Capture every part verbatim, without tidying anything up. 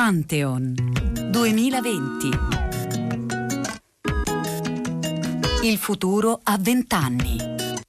Pantheon duemilaventi. Il futuro a vent'anni.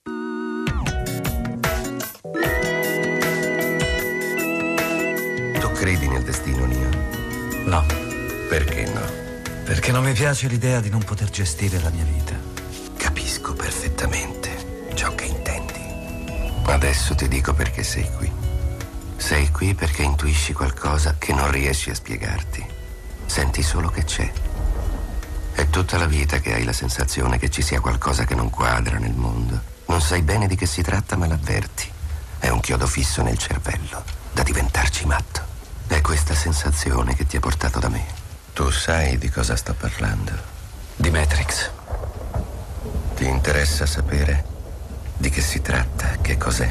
Tu credi nel destino, Neo? No. Perché no? Perché non mi piace l'idea di non poter gestire la mia vita. Capisco perfettamente ciò che intendi. Adesso ti dico perché sei qui. Sei qui perché intuisci qualcosa che non riesci a spiegarti. Senti solo che c'è. È tutta la vita che hai la sensazione che ci sia qualcosa che non quadra nel mondo. Non sai bene di che si tratta, ma l'avverti. È un chiodo fisso nel cervello, da diventarci matto. È questa sensazione che ti ha portato da me. Tu sai di cosa sto parlando? Di Matrix. Ti interessa sapere di che si tratta, che cos'è?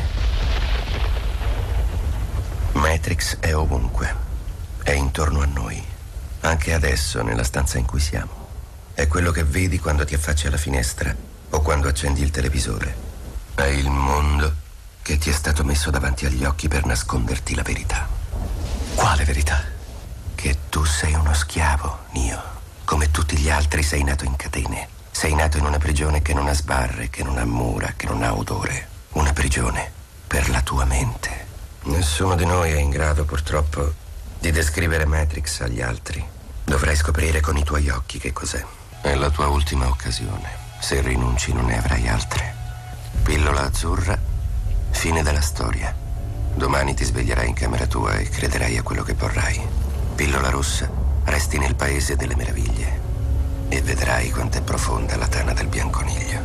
Matrix è ovunque. È intorno a noi. Anche adesso, nella stanza in cui siamo. È quello che vedi quando ti affacci alla finestra o quando accendi il televisore. È il mondo che ti è stato messo davanti agli occhi per nasconderti la verità. Quale verità? Che tu sei uno schiavo, Neo. Come tutti gli altri sei nato in catene. Sei nato in una prigione che non ha sbarre, che non ha mura, che non ha odore. Una prigione per la tua mente. Nessuno di noi è in grado, purtroppo, di descrivere Matrix agli altri. Dovrai scoprire con i tuoi occhi che cos'è. È la tua ultima occasione. Se rinunci non ne avrai altre. Pillola azzurra, fine della storia. Domani ti sveglierai in camera tua e crederai a quello che vorrai. Pillola rossa, resti nel paese delle meraviglie e vedrai quanto è profonda la tana del bianconiglio.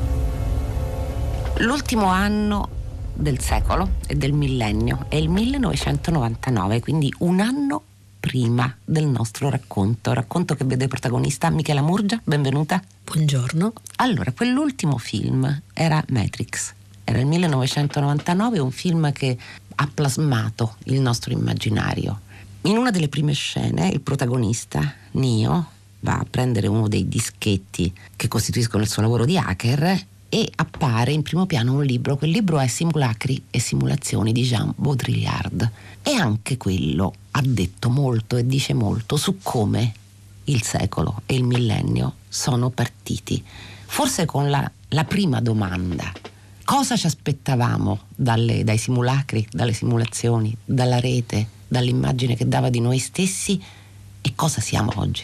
L'ultimo anno del secolo e del millennio è il millenovecentonovantanove, quindi un anno prima del nostro racconto, racconto che vede protagonista Michela Murgia. Benvenuta. Buongiorno. Allora, quell'ultimo film era Matrix, era il millenovecentonovantanove, un film che ha plasmato il nostro immaginario. In una delle prime scene il protagonista, Neo, va a prendere uno dei dischetti che costituiscono il suo lavoro di hacker e appare in primo piano un libro. Quel libro è Simulacri e simulazioni di Jean Baudrillard, e anche quello ha detto molto e dice molto su come il secolo e il millennio sono partiti. Forse con la, la prima domanda: cosa ci aspettavamo dalle, dai simulacri, dalle simulazioni, dalla rete, dall'immagine che dava di noi stessi, e cosa siamo oggi?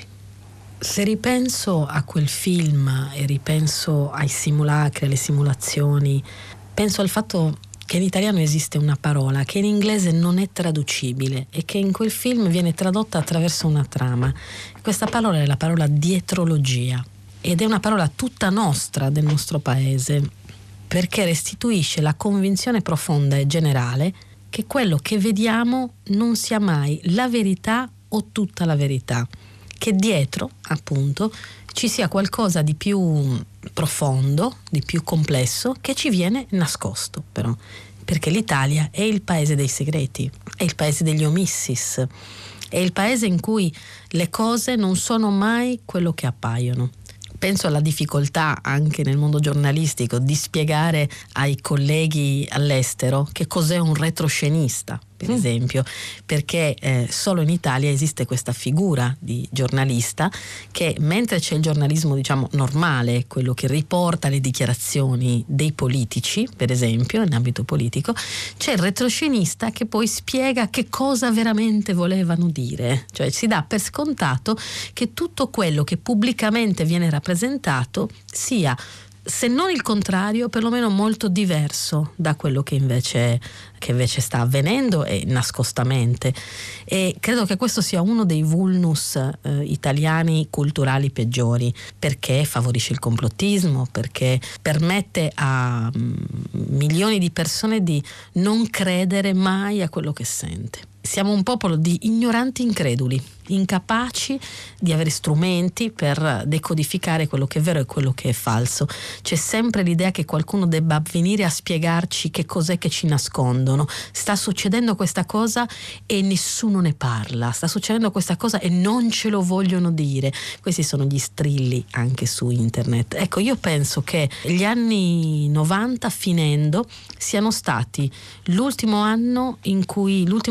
Se ripenso a quel film e ripenso ai simulacri, alle simulazioni, penso al fatto che in italiano esiste una parola che in inglese non è traducibile e che in quel film viene tradotta attraverso una trama. Questa parola è la parola dietrologia, ed è una parola tutta nostra, del nostro paese, perché restituisce la convinzione profonda e generale che quello che vediamo non sia mai la verità o tutta la verità, che dietro, appunto, ci sia qualcosa di più profondo, di più complesso, che ci viene nascosto, però, perché l'Italia è il paese dei segreti, è il paese degli omissis, è il paese in cui le cose non sono mai quello che appaiono. Penso alla difficoltà anche nel mondo giornalistico di spiegare ai colleghi all'estero che cos'è un retroscenista, per mm. esempio, perché eh, solo in Italia esiste questa figura di giornalista che, mentre c'è il giornalismo, diciamo, normale, quello che riporta le dichiarazioni dei politici, per esempio, in ambito politico, c'è il retroscenista che poi spiega che cosa veramente volevano dire. Cioè si dà per scontato che tutto quello che pubblicamente viene rappresentato sia, se non il contrario, perlomeno molto diverso da quello che invece, che invece sta avvenendo, e nascostamente. E credo che questo sia uno dei vulnus eh, italiani culturali peggiori, perché favorisce il complottismo, perché permette a mm, milioni di persone di non credere mai a quello che sente. Siamo un popolo di ignoranti increduli, incapaci di avere strumenti per decodificare quello che è vero e quello che è falso. C'è sempre l'idea che qualcuno debba venire a spiegarci che cos'è che ci nascondono. Sta succedendo questa cosa e nessuno ne parla, sta succedendo questa cosa e non ce lo vogliono dire. Questi sono gli strilli anche su internet. Ecco, io penso che gli anni novanta, finendo, siano stati l'ultimo anno in cui, l'ultimo decennio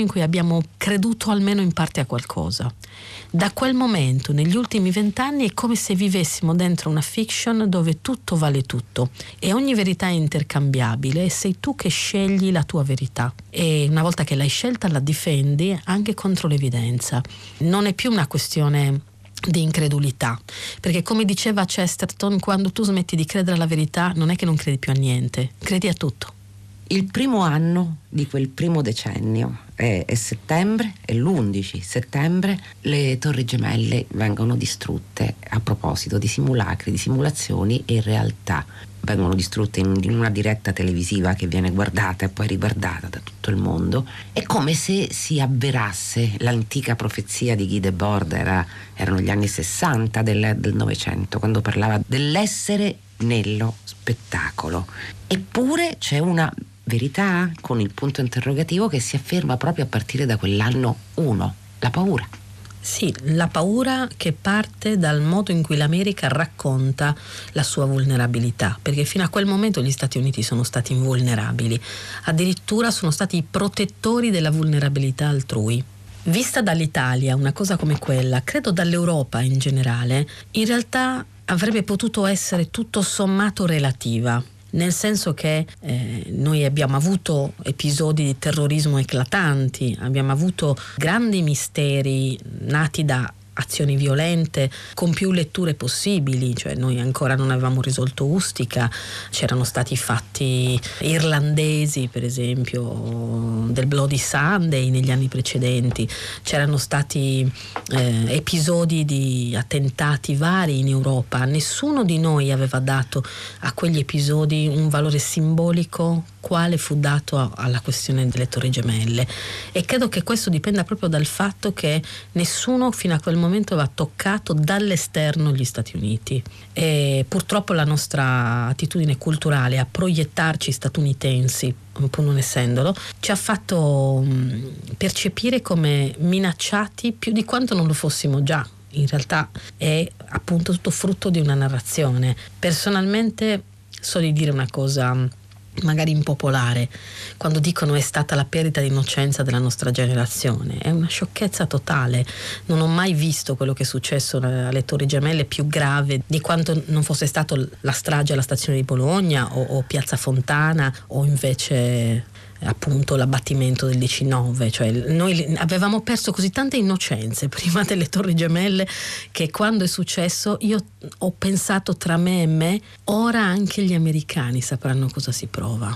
in cui abbiamo creduto almeno in parte a qualcosa. Da quel momento, negli ultimi vent'anni, è come se vivessimo dentro una fiction dove tutto vale tutto e ogni verità è intercambiabile e sei tu che scegli la tua verità. E una volta che l'hai scelta la difendi anche contro l'evidenza. Non è più una questione di incredulità, perché come diceva Chesterton, quando tu smetti di credere alla verità non è che non credi più a niente, credi a tutto. Il primo anno di quel primo decennio è, è settembre, è l'undici settembre, le Torri Gemelle vengono distrutte a proposito di simulacri, di simulazioni, e in realtà vengono distrutte in, in una diretta televisiva che viene guardata e poi riguardata da tutto il mondo. È come se si avverasse l'antica profezia di Guy Debord, era, erano gli anni sessanta del, del Novecento, quando parlava dell'essere nello spettacolo. Eppure c'è una verità con il punto interrogativo che si afferma proprio a partire da quell'anno uno, la paura. Sì, la paura che parte dal modo in cui l'America racconta la sua vulnerabilità, perché fino a quel momento gli Stati Uniti sono stati invulnerabili, addirittura sono stati i protettori della vulnerabilità altrui. Vista dall'Italia una cosa come quella, credo dall'Europa in generale, in realtà avrebbe potuto essere tutto sommato relativa. Nel senso che eh, noi abbiamo avuto episodi di terrorismo eclatanti, abbiamo avuto grandi misteri nati da azioni violente con più letture possibili, cioè noi ancora non avevamo risolto Ustica, c'erano stati fatti irlandesi per esempio del Bloody Sunday negli anni precedenti, c'erano stati eh, episodi di attentati vari in Europa, nessuno di noi aveva dato a quegli episodi un valore simbolico quale fu dato alla questione delle Torri Gemelle, e credo che questo dipenda proprio dal fatto che nessuno fino a quel momento aveva toccato dall'esterno gli Stati Uniti, e purtroppo la nostra attitudine culturale a proiettarci statunitensi, pur non essendolo, ci ha fatto percepire come minacciati più di quanto non lo fossimo già. In realtà è appunto tutto frutto di una narrazione. Personalmente so di dire una cosa magari impopolare, quando dicono è stata la perdita di innocenza della nostra generazione, è una sciocchezza totale. Non ho mai visto quello che è successo alle Torri Gemelle più grave di quanto non fosse stato la strage alla stazione di Bologna o, o Piazza Fontana o invece appunto l'abbattimento del diciannove. Cioè noi avevamo perso così tante innocenze prima delle Torri Gemelle che quando è successo io ho pensato tra me e me, ora anche gli americani sapranno cosa si prova.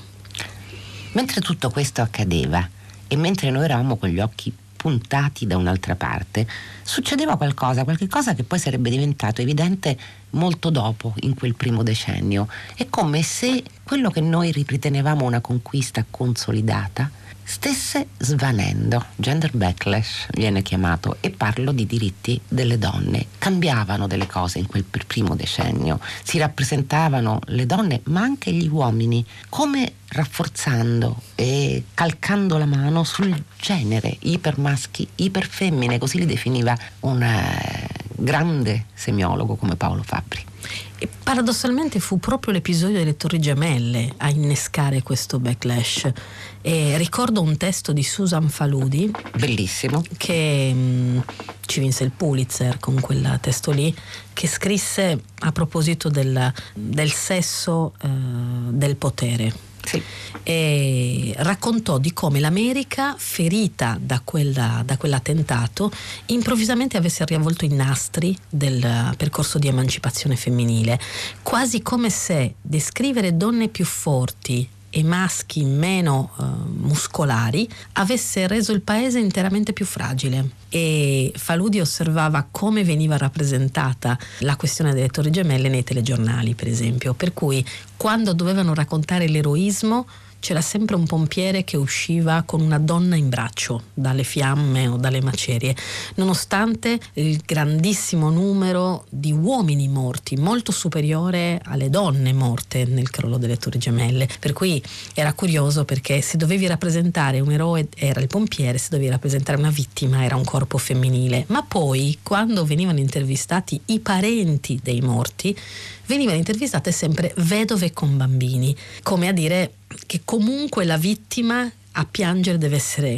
Mentre tutto questo accadeva e mentre noi eravamo con gli occhi puntati da un'altra parte, succedeva qualcosa, qualche cosa che poi sarebbe diventato evidente molto dopo, in quel primo decennio. È come se quello che noi ritenevamo una conquista consolidata stesse svanendo. Gender backlash viene chiamato, e parlo di diritti delle donne. Cambiavano delle cose in quel primo decennio, si rappresentavano le donne ma anche gli uomini come rafforzando e calcando la mano sul genere, ipermaschi, iperfemmine, così li definiva un eh, grande semiologo come Paolo Fabbri. E paradossalmente fu proprio l'episodio delle Torri Gemelle a innescare questo backlash. E ricordo un testo di Susan Faludi, bellissimo, che mh, ci vinse il Pulitzer con quel testo lì, che scrisse a proposito del, del sesso eh, del potere. Sì. E raccontò di come l'America, ferita da, quella, da quell'attentato, improvvisamente avesse riavvolto i nastri del percorso di emancipazione femminile, quasi come se descrivere donne più forti e maschi meno uh, muscolari avesse reso il paese interamente più fragile. E Faludi osservava come veniva rappresentata la questione delle Torri Gemelle nei telegiornali, per esempio, per cui quando dovevano raccontare l'eroismo c'era sempre un pompiere che usciva con una donna in braccio dalle fiamme o dalle macerie, nonostante il grandissimo numero di uomini morti, molto superiore alle donne morte nel crollo delle Torri Gemelle. Per cui era curioso, perché se dovevi rappresentare un eroe era il pompiere, se dovevi rappresentare una vittima era un corpo femminile. Ma poi, quando venivano intervistati i parenti dei morti, venivano intervistate sempre vedove con bambini, come a dire che comunque la vittima a piangere deve essere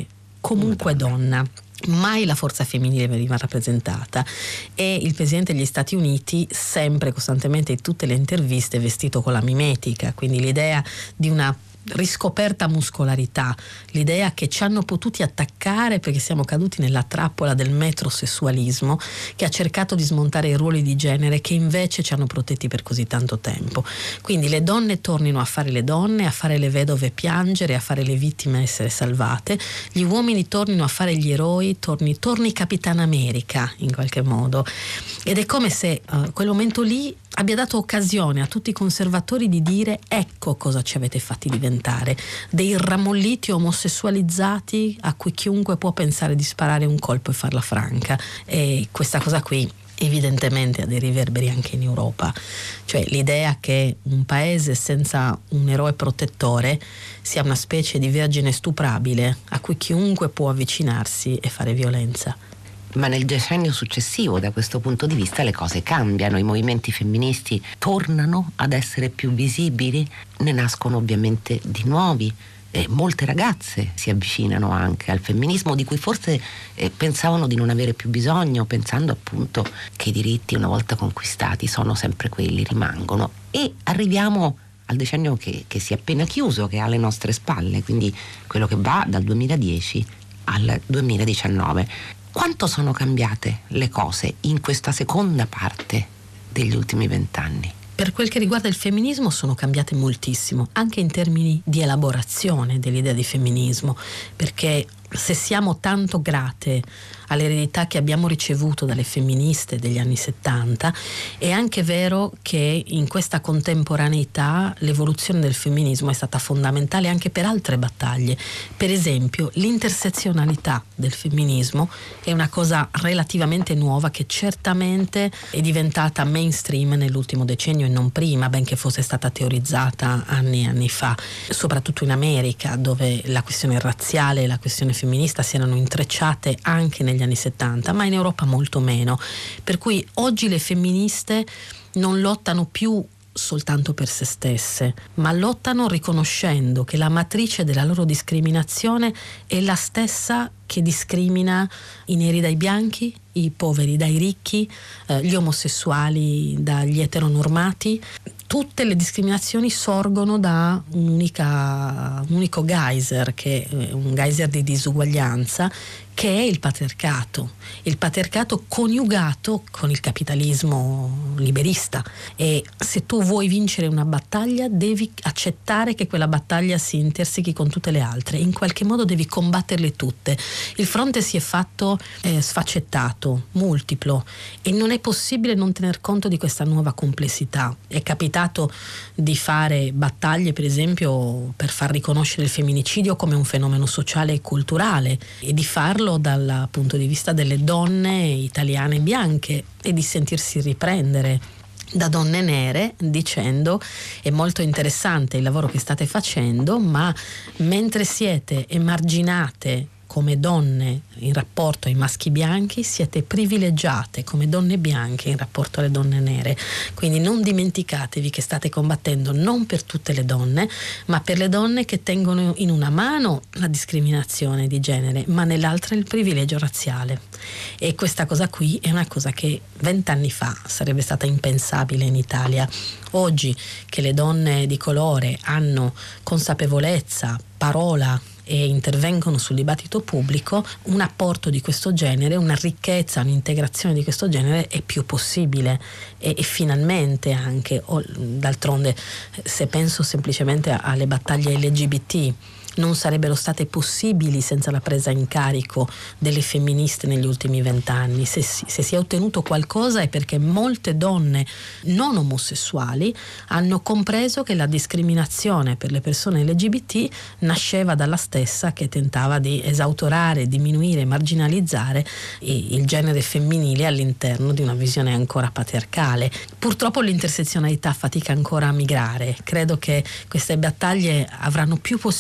comunque donna. Mai la forza femminile veniva rappresentata, e il presidente degli Stati Uniti sempre, costantemente, in tutte le interviste, vestito con la mimetica, quindi l'idea di una riscoperta muscolarità, l'idea che ci hanno potuti attaccare perché siamo caduti nella trappola del metrosessualismo, che ha cercato di smontare i ruoli di genere che invece ci hanno protetti per così tanto tempo. Quindi le donne tornino a fare le donne, a fare le vedove piangere, a fare le vittime essere salvate, gli uomini tornino a fare gli eroi, torni, torni Capitan America in qualche modo, ed è come se uh, quel momento lì abbia dato occasione a tutti i conservatori di dire: ecco cosa ci avete fatti diventare, dei ramolliti omosessualizzati a cui chiunque può pensare di sparare un colpo e farla franca. E questa cosa qui evidentemente ha dei riverberi anche in Europa, cioè l'idea che un paese senza un eroe protettore sia una specie di vergine stuprabile a cui chiunque può avvicinarsi e fare violenza. Ma nel decennio successivo, da questo punto di vista, le cose cambiano, i movimenti femministi tornano ad essere più visibili, ne nascono ovviamente di nuovi. Eh, molte ragazze si avvicinano anche al femminismo, di cui forse eh, pensavano di non avere più bisogno, pensando appunto che i diritti, una volta conquistati, sono sempre quelli, rimangono. E arriviamo al decennio che, che si è appena chiuso, che è alle nostre spalle, quindi quello che va dal duemiladieci al duemiladiciannove. Quanto sono cambiate le cose in questa seconda parte degli ultimi vent'anni? Per quel che riguarda il femminismo sono cambiate moltissimo, anche in termini di elaborazione dell'idea di femminismo, perché se siamo tanto grate all'eredità che abbiamo ricevuto dalle femministe degli anni settanta, è anche vero che in questa contemporaneità l'evoluzione del femminismo è stata fondamentale anche per altre battaglie. Per esempio, l'intersezionalità del femminismo è una cosa relativamente nuova che certamente è diventata mainstream nell'ultimo decennio e non prima, benché fosse stata teorizzata anni e anni fa, soprattutto in America, dove la questione razziale e la questione femminista si erano intrecciate anche negli anni settanta, ma in Europa molto meno. Per cui oggi le femministe non lottano più soltanto per se stesse, ma lottano riconoscendo che la matrice della loro discriminazione è la stessa che discrimina i neri dai bianchi, i poveri dai ricchi, eh, gli omosessuali dagli eteronormati. Tutte le discriminazioni sorgono da un'unica, un unico geyser, che è un geyser di disuguaglianza, che è il patriarcato, il patriarcato coniugato con il capitalismo liberista. E se tu vuoi vincere una battaglia devi accettare che quella battaglia si intersechi con tutte le altre, in qualche modo devi combatterle tutte. Il fronte si è fatto eh, sfaccettato, multiplo, e non è possibile non tener conto di questa nuova complessità. È capitato di fare battaglie, per esempio, per far riconoscere il femminicidio come un fenomeno sociale e culturale, e di farlo dal punto di vista delle donne italiane bianche, e di sentirsi riprendere da donne nere dicendo: è molto interessante il lavoro che state facendo, ma mentre siete emarginate come donne in rapporto ai maschi bianchi, siete privilegiate come donne bianche in rapporto alle donne nere. Quindi non dimenticatevi che state combattendo non per tutte le donne, ma per le donne che tengono in una mano la discriminazione di genere, ma nell'altra il privilegio razziale. E questa cosa qui è una cosa che vent'anni fa sarebbe stata impensabile in Italia. Oggi che le donne di colore hanno consapevolezza, parola e intervengono sul dibattito pubblico, un apporto di questo genere, una ricchezza, un'integrazione di questo genere è più possibile. E, e finalmente anche, oh, d'altronde, se penso semplicemente alle battaglie L G B T, non sarebbero state possibili senza la presa in carico delle femministe negli ultimi vent'anni. Se, se si è ottenuto qualcosa è perché molte donne non omosessuali hanno compreso che la discriminazione per le persone L G B T nasceva dalla stessa che tentava di esautorare, diminuire, marginalizzare il genere femminile all'interno di una visione ancora patriarcale. Purtroppo l'intersezionalità fatica ancora a migrare. Credo che queste battaglie avranno più possibilità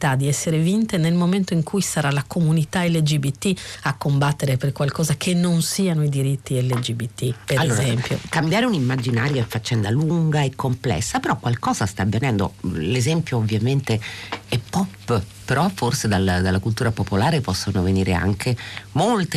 possibilità di essere vinte nel momento in cui sarà la comunità L G B T a combattere per qualcosa che non siano i diritti L G B T, per allora, esempio. Cambiare un immaginario è faccenda lunga e complessa, però qualcosa sta avvenendo. L'esempio ovviamente è pop, però forse dalla, dalla cultura popolare possono venire anche molte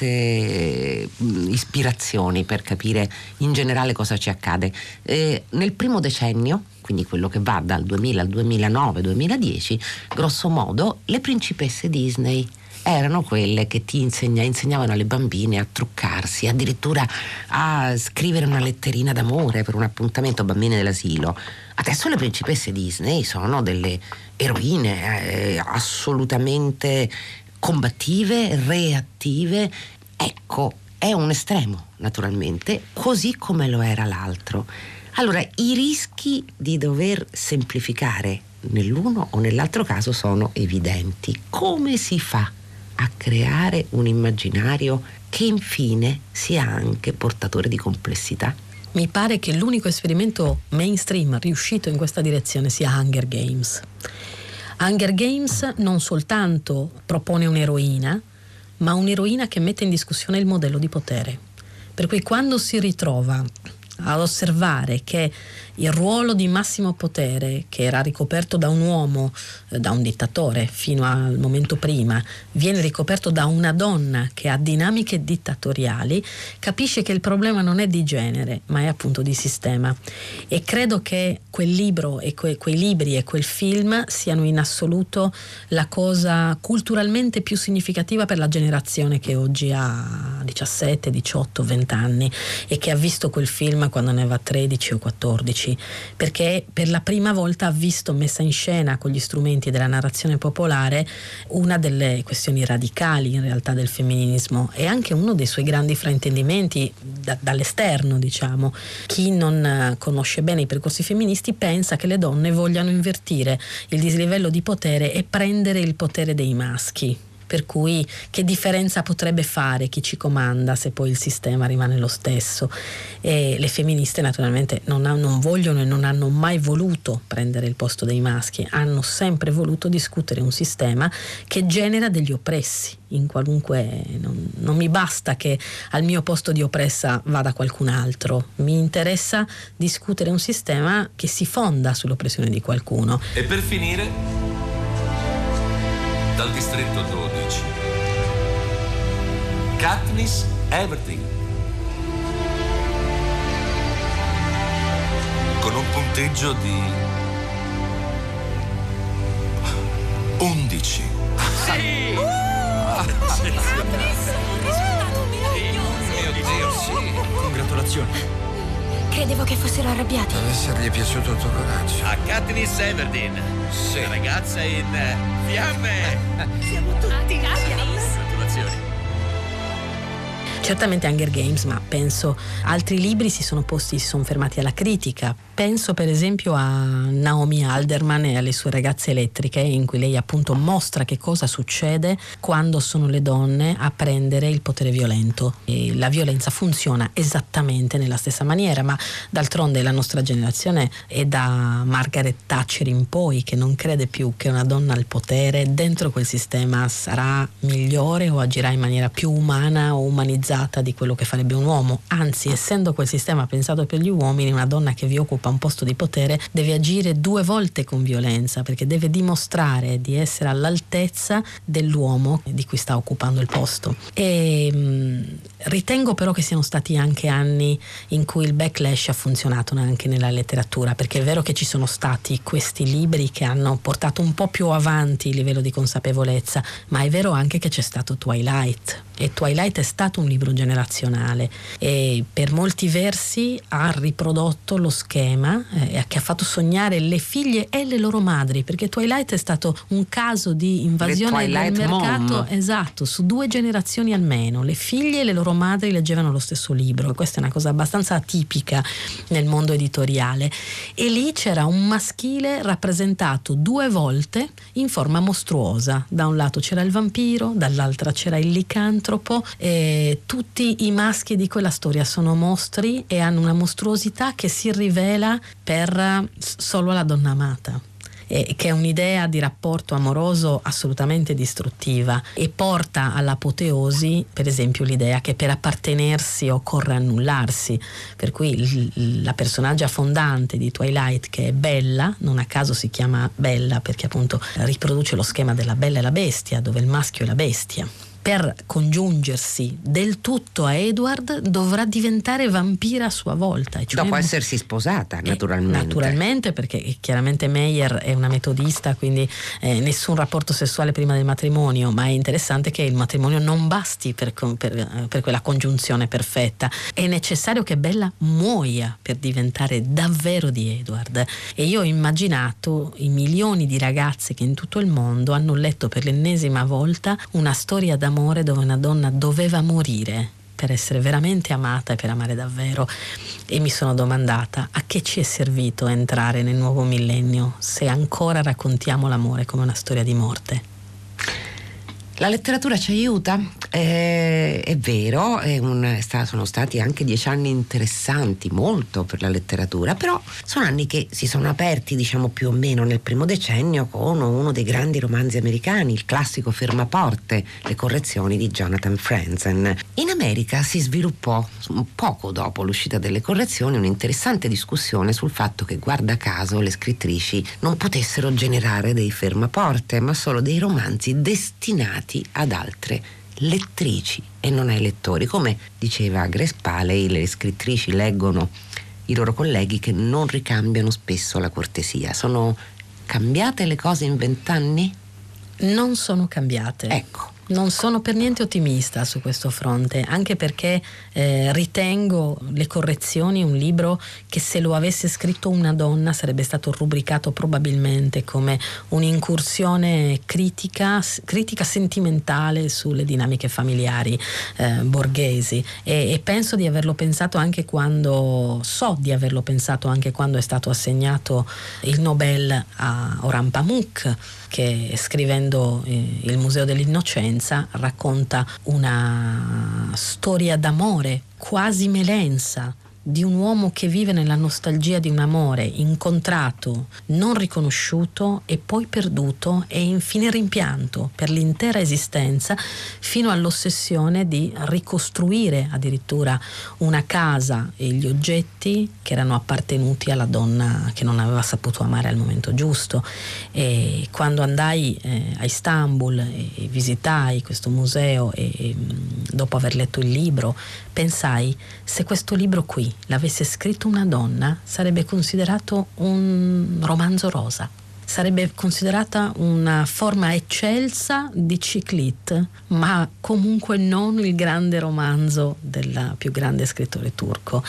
molte ispirazioni per capire in generale cosa ci accade. Eh, nel primo decennio, quindi quello che va dal duemila al duemilanove duemiladieci, grosso modo le principesse Disney erano quelle che ti insegna, insegnavano alle bambine a truccarsi, addirittura a scrivere una letterina d'amore per un appuntamento, bambine dell'asilo. Adesso le principesse Disney sono delle eroine eh, assolutamente combattive, reattive. Ecco, è un estremo, naturalmente, così come lo era l'altro. Allora, i rischi di dover semplificare nell'uno o nell'altro caso sono evidenti. Come si fa a creare un immaginario che infine sia anche portatore di complessità? Mi pare che l'unico esperimento mainstream riuscito in questa direzione sia Hunger Games. Hunger Games non soltanto propone un'eroina, ma un'eroina che mette in discussione il modello di potere. Per cui quando si ritrova ad osservare che il ruolo di massimo potere, che era ricoperto da un uomo, eh, da un dittatore fino al momento prima, viene ricoperto da una donna che ha dinamiche dittatoriali, capisce che il problema non è di genere, ma è appunto di sistema. E credo che quel libro e que- quei libri e quel film siano in assoluto la cosa culturalmente più significativa per la generazione che oggi ha diciassette, diciotto, venti anni e che ha visto quel film quando ne aveva tredici o quattordici, perché per la prima volta ha visto messa in scena con gli strumenti della narrazione popolare una delle questioni radicali in realtà del femminismo e anche uno dei suoi grandi fraintendimenti da, dall'esterno, diciamo. Chi non conosce bene i percorsi femministi pensa che le donne vogliano invertire il dislivello di potere e prendere il potere dei maschi. Per cui che differenza potrebbe fare chi ci comanda se poi il sistema rimane lo stesso? E le femministe naturalmente non, ha, non vogliono e non hanno mai voluto prendere il posto dei maschi, hanno sempre voluto discutere un sistema che genera degli oppressi in qualunque. Non, non mi basta che al mio posto di oppressa vada qualcun altro, mi interessa discutere un sistema che si fonda sull'oppressione di qualcuno. E per finire, dal distretto dodici, Katniss Everdeen, con un punteggio di undici. Sì! Uh, sì. Katniss, un risultato meraviglioso! Mio Dio, sì! Congratulazioni! Credevo che fossero arrabbiati. Deve essergli piaciuto il tuo coraggio. A Katniss Everdeen, sì. La ragazza in fiamme! Siamo tutti in Congratulazioni! Certamente Hunger Games, ma penso altri libri si sono posti, si sono fermati alla critica. Penso per esempio a Naomi Alderman e alle sue ragazze elettriche, in cui lei appunto mostra che cosa succede quando sono le donne a prendere il potere violento. E la violenza funziona esattamente nella stessa maniera, ma d'altronde la nostra generazione è da Margaret Thatcher in poi che non crede più che una donna al potere dentro quel sistema sarà migliore o agirà in maniera più umana o umanizzata di quello che farebbe un uomo. Anzi, essendo quel sistema pensato per gli uomini, una donna che vi occupa un posto di potere deve agire due volte con violenza, perché deve dimostrare di essere all'altezza dell'uomo di cui sta occupando il posto. E mh, ritengo però che siano stati anche anni in cui il backlash ha funzionato anche nella letteratura, perché è vero che ci sono stati questi libri che hanno portato un po' più avanti il livello di consapevolezza, ma è vero anche che c'è stato Twilight, e Twilight è stato un libro generazionale e per molti versi ha riprodotto lo schema eh, che ha fatto sognare le figlie e le loro madri, perché Twilight è stato un caso di invasione del mercato, mom. esatto, su due generazioni almeno. Le figlie e le loro madri leggevano lo stesso libro, questa è una cosa abbastanza atipica nel mondo editoriale, e lì c'era un maschile rappresentato due volte in forma mostruosa. Da un lato c'era il vampiro, dall'altra c'era il licantropo. E tutti i maschi di quella storia sono mostri e hanno una mostruosità che si rivela per solo alla donna amata. e che è un'idea di rapporto amoroso assolutamente distruttiva e porta all'apoteosi, per esempio, l'idea che per appartenersi occorre annullarsi, per cui l- la personaggia fondante di Twilight, che è Bella, non a caso si chiama Bella perché appunto riproduce lo schema della Bella e la Bestia, dove il maschio è la bestia. Per congiungersi del tutto a Edward dovrà diventare vampira a sua volta, cioè dopo essersi sposata, naturalmente. Eh, naturalmente, perché chiaramente Meyer è una metodista, quindi eh, nessun rapporto sessuale prima del matrimonio, ma è interessante che il matrimonio non basti per, per, per quella congiunzione perfetta. È necessario che Bella muoia per diventare davvero di Edward, e io ho immaginato i milioni di ragazze che in tutto il mondo hanno letto per l'ennesima volta una storia d'amore dove una donna doveva morire per essere veramente amata e per amare davvero, e mi sono domandata a che ci è servito entrare nel nuovo millennio se ancora raccontiamo l'amore come una storia di morte. La letteratura ci aiuta? Eh, è vero, è un, è sta, sono stati anche dieci anni interessanti, molto per la letteratura, però sono anni che si sono aperti, diciamo, più o meno nel primo decennio con uno dei grandi romanzi americani, il classico Fermaporte, le correzioni di Jonathan Franzen. In America si sviluppò, poco dopo l'uscita delle correzioni, un'interessante discussione sul fatto che, guarda caso, le scrittrici non potessero generare dei fermaporte, ma solo dei romanzi destinati ad altre lettrici e non ai lettori. Come diceva Grace Paley, le scrittrici leggono i loro colleghi che non ricambiano spesso la cortesia. Sono cambiate le cose in vent'anni? Non sono cambiate. Ecco. Non sono per niente ottimista su questo fronte, anche perché eh, ritengo Le correzioni un libro che, se lo avesse scritto una donna, sarebbe stato rubricato probabilmente come un'incursione critica, critica sentimentale sulle dinamiche familiari eh, borghesi, e, e penso di averlo pensato anche quando, so di averlo pensato anche quando è stato assegnato il Nobel a Orhan Pamuk, che scrivendo eh, Il Museo dell'Innocenza racconta una storia d'amore quasi melensa di un uomo che vive nella nostalgia di un amore incontrato, non riconosciuto e poi perduto, e infine rimpianto per l'intera esistenza, fino all'ossessione di ricostruire addirittura una casa e gli oggetti che erano appartenuti alla donna che non aveva saputo amare al momento giusto. E quando andai eh, a Istanbul e, e visitai questo museo e, e dopo aver letto il libro pensai, se questo libro qui l'avesse scritto una donna sarebbe considerato un romanzo rosa, sarebbe considerata una forma eccelsa di chick lit, ma comunque non il grande romanzo del più grande scrittore turco.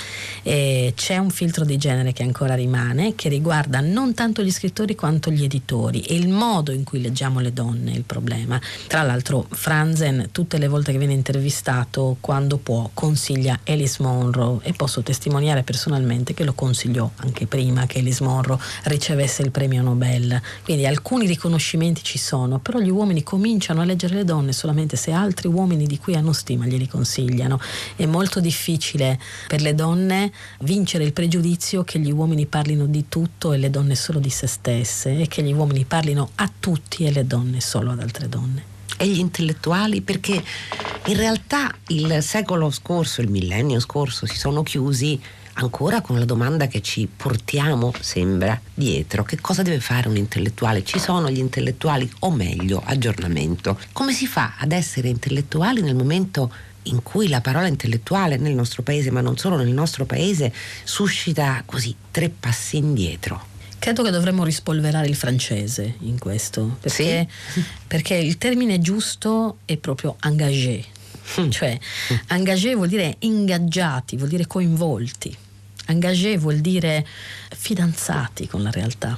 E c'è un filtro di genere che ancora rimane, che riguarda non tanto gli scrittori quanto gli editori, e il modo in cui leggiamo le donne è il problema. Tra l'altro Franzen, tutte le volte che viene intervistato, quando può, consiglia Alice Munro, e posso testimoniare personalmente che lo consigliò anche prima che Alice Munro ricevesse il premio Nobel. Quindi alcuni riconoscimenti ci sono, però gli uomini cominciano a leggere le donne solamente se altri uomini di cui hanno stima glieli consigliano. È molto difficile per le donne vincere il pregiudizio che gli uomini parlino di tutto e le donne solo di se stesse, e che gli uomini parlino a tutti e le donne solo ad altre donne. E gli intellettuali? Perché in realtà il secolo scorso, il millennio scorso, si sono chiusi ancora con la domanda che ci portiamo, sembra, dietro: che cosa deve fare un intellettuale? Ci sono gli intellettuali, o meglio, aggiornamento. Come si fa ad essere intellettuali nel momento in cui la parola intellettuale nel nostro paese, ma non solo nel nostro paese, suscita così tre passi indietro? Credo che dovremmo rispolverare il francese in questo, perché, sì? perché il termine giusto è proprio engagé. Cioè, engagé vuol dire ingaggiati, vuol dire coinvolti. Engagé vuol dire fidanzati con la realtà.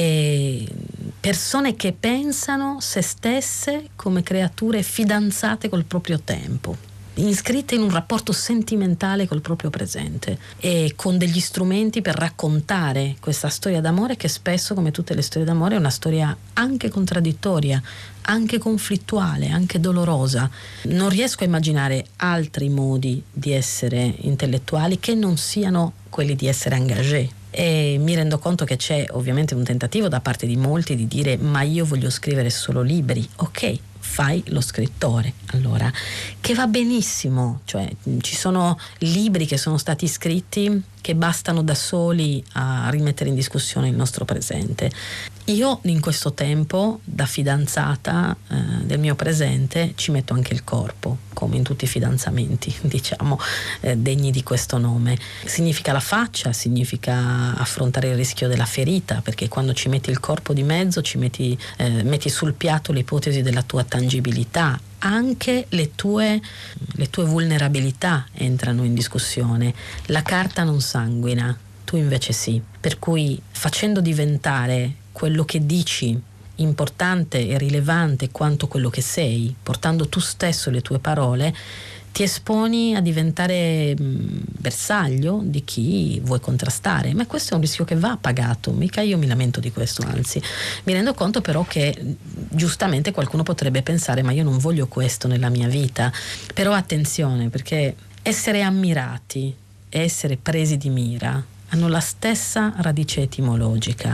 E persone che pensano se stesse come creature fidanzate col proprio tempo, iscritte in un rapporto sentimentale col proprio presente, e con degli strumenti per raccontare questa storia d'amore che spesso, come tutte le storie d'amore, è una storia anche contraddittoria, anche conflittuale, anche dolorosa. Non riesco a immaginare altri modi di essere intellettuali che non siano quelli di essere engagé. E mi rendo conto che c'è ovviamente un tentativo da parte di molti di dire ma io voglio scrivere solo libri. Ok, fai lo scrittore, allora, che va benissimo, cioè ci sono libri che sono stati scritti che bastano da soli a rimettere in discussione il nostro presente. Io in questo tempo, da fidanzata eh, del mio presente, ci metto anche il corpo, come in tutti i fidanzamenti, diciamo, eh, degni di questo nome. Significa la faccia, significa affrontare il rischio della ferita, perché quando ci metti il corpo di mezzo, ci metti, eh, metti sul piatto l'ipotesi della tua tangibilità. Anche le tue, le tue vulnerabilità entrano in discussione. La carta non sanguina, tu invece sì. Per cui, facendo diventare quello che dici importante e rilevante quanto quello che sei, portando tu stesso le tue parole, ti esponi a diventare bersaglio di chi vuoi contrastare. Ma questo è un rischio che va pagato, mica io mi lamento di questo, anzi mi rendo conto però che giustamente qualcuno potrebbe pensare ma io non voglio questo nella mia vita. Però attenzione, perché essere ammirati e essere presi di mira hanno la stessa radice etimologica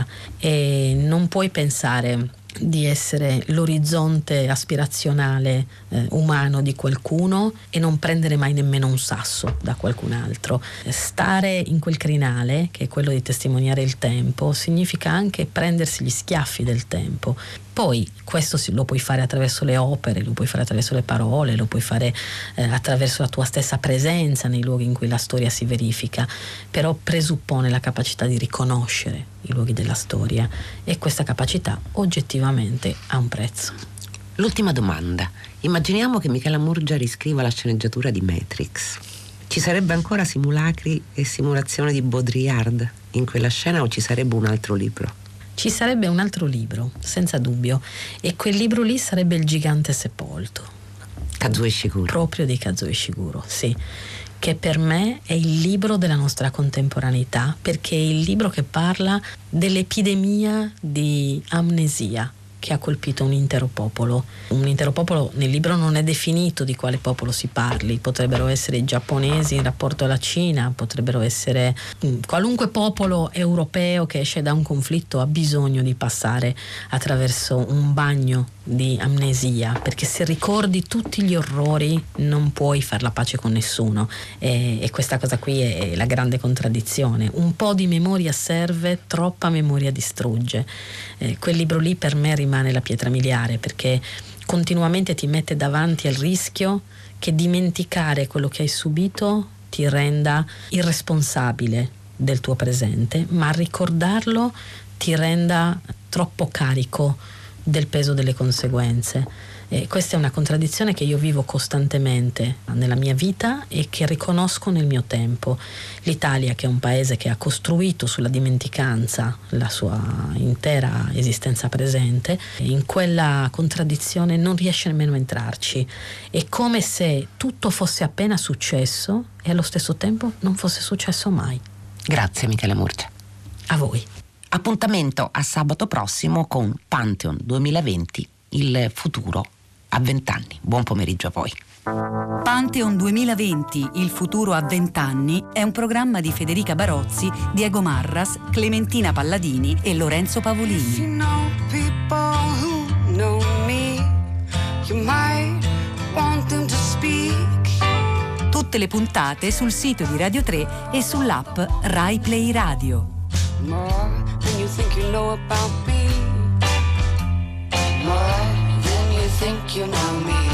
e non puoi pensare di essere l'orizzonte aspirazionale eh, umano di qualcuno e non prendere mai nemmeno un sasso da qualcun altro. Stare in quel crinale, che è quello di testimoniare il tempo, significa anche prendersi gli schiaffi del tempo. Poi questo lo puoi fare attraverso le opere, lo puoi fare attraverso le parole, lo puoi fare eh, attraverso la tua stessa presenza nei luoghi in cui la storia si verifica, però presuppone la capacità di riconoscere i luoghi della storia e questa capacità oggettivamente ha un prezzo. L'ultima domanda. Immaginiamo che Michela Murgia riscriva la sceneggiatura di Matrix. Ci sarebbe ancora simulacri e simulazione di Baudrillard in quella scena o ci sarebbe un altro libro? Ci sarebbe un altro libro, senza dubbio, e quel libro lì sarebbe Il gigante sepolto. Kazuo Ishiguro. Proprio di Kazuo Ishiguro, sì. Che per me è il libro della nostra contemporaneità, perché è il libro che parla dell'epidemia di amnesia che ha colpito un intero popolo. Un intero popolo nel libro non è definito di quale popolo si parli, potrebbero essere i giapponesi in rapporto alla Cina, potrebbero essere qualunque popolo europeo che esce da un conflitto ha bisogno di passare attraverso un bagno di amnesia, perché se ricordi tutti gli orrori non puoi far la pace con nessuno e, e questa cosa qui è la grande contraddizione. Un po' di memoria serve, troppa memoria distrugge. Eh, quel libro lì per me rimane la pietra miliare, perché continuamente ti mette davanti al rischio che dimenticare quello che hai subito ti renda irresponsabile del tuo presente, ma ricordarlo ti renda troppo carico del peso delle conseguenze. E questa è una contraddizione che io vivo costantemente nella mia vita e che riconosco nel mio tempo. L'Italia, che è un paese che ha costruito sulla dimenticanza la sua intera esistenza presente, in quella contraddizione non riesce nemmeno a entrarci. È come se tutto fosse appena successo e allo stesso tempo non fosse successo mai. Grazie Michela Murgia. A voi. Appuntamento a sabato prossimo con Pantheon duemilaventi, il futuro a vent'anni. Buon pomeriggio a voi. Pantheon duemilaventi, il futuro a vent'anni è un programma di Federica Barozzi, Diego Marras, Clementina Palladini e Lorenzo Pavolini. Tutte le puntate sul sito di Radio tre e sull'app Rai Play Radio. More than you think you know about me. More than you think you know me.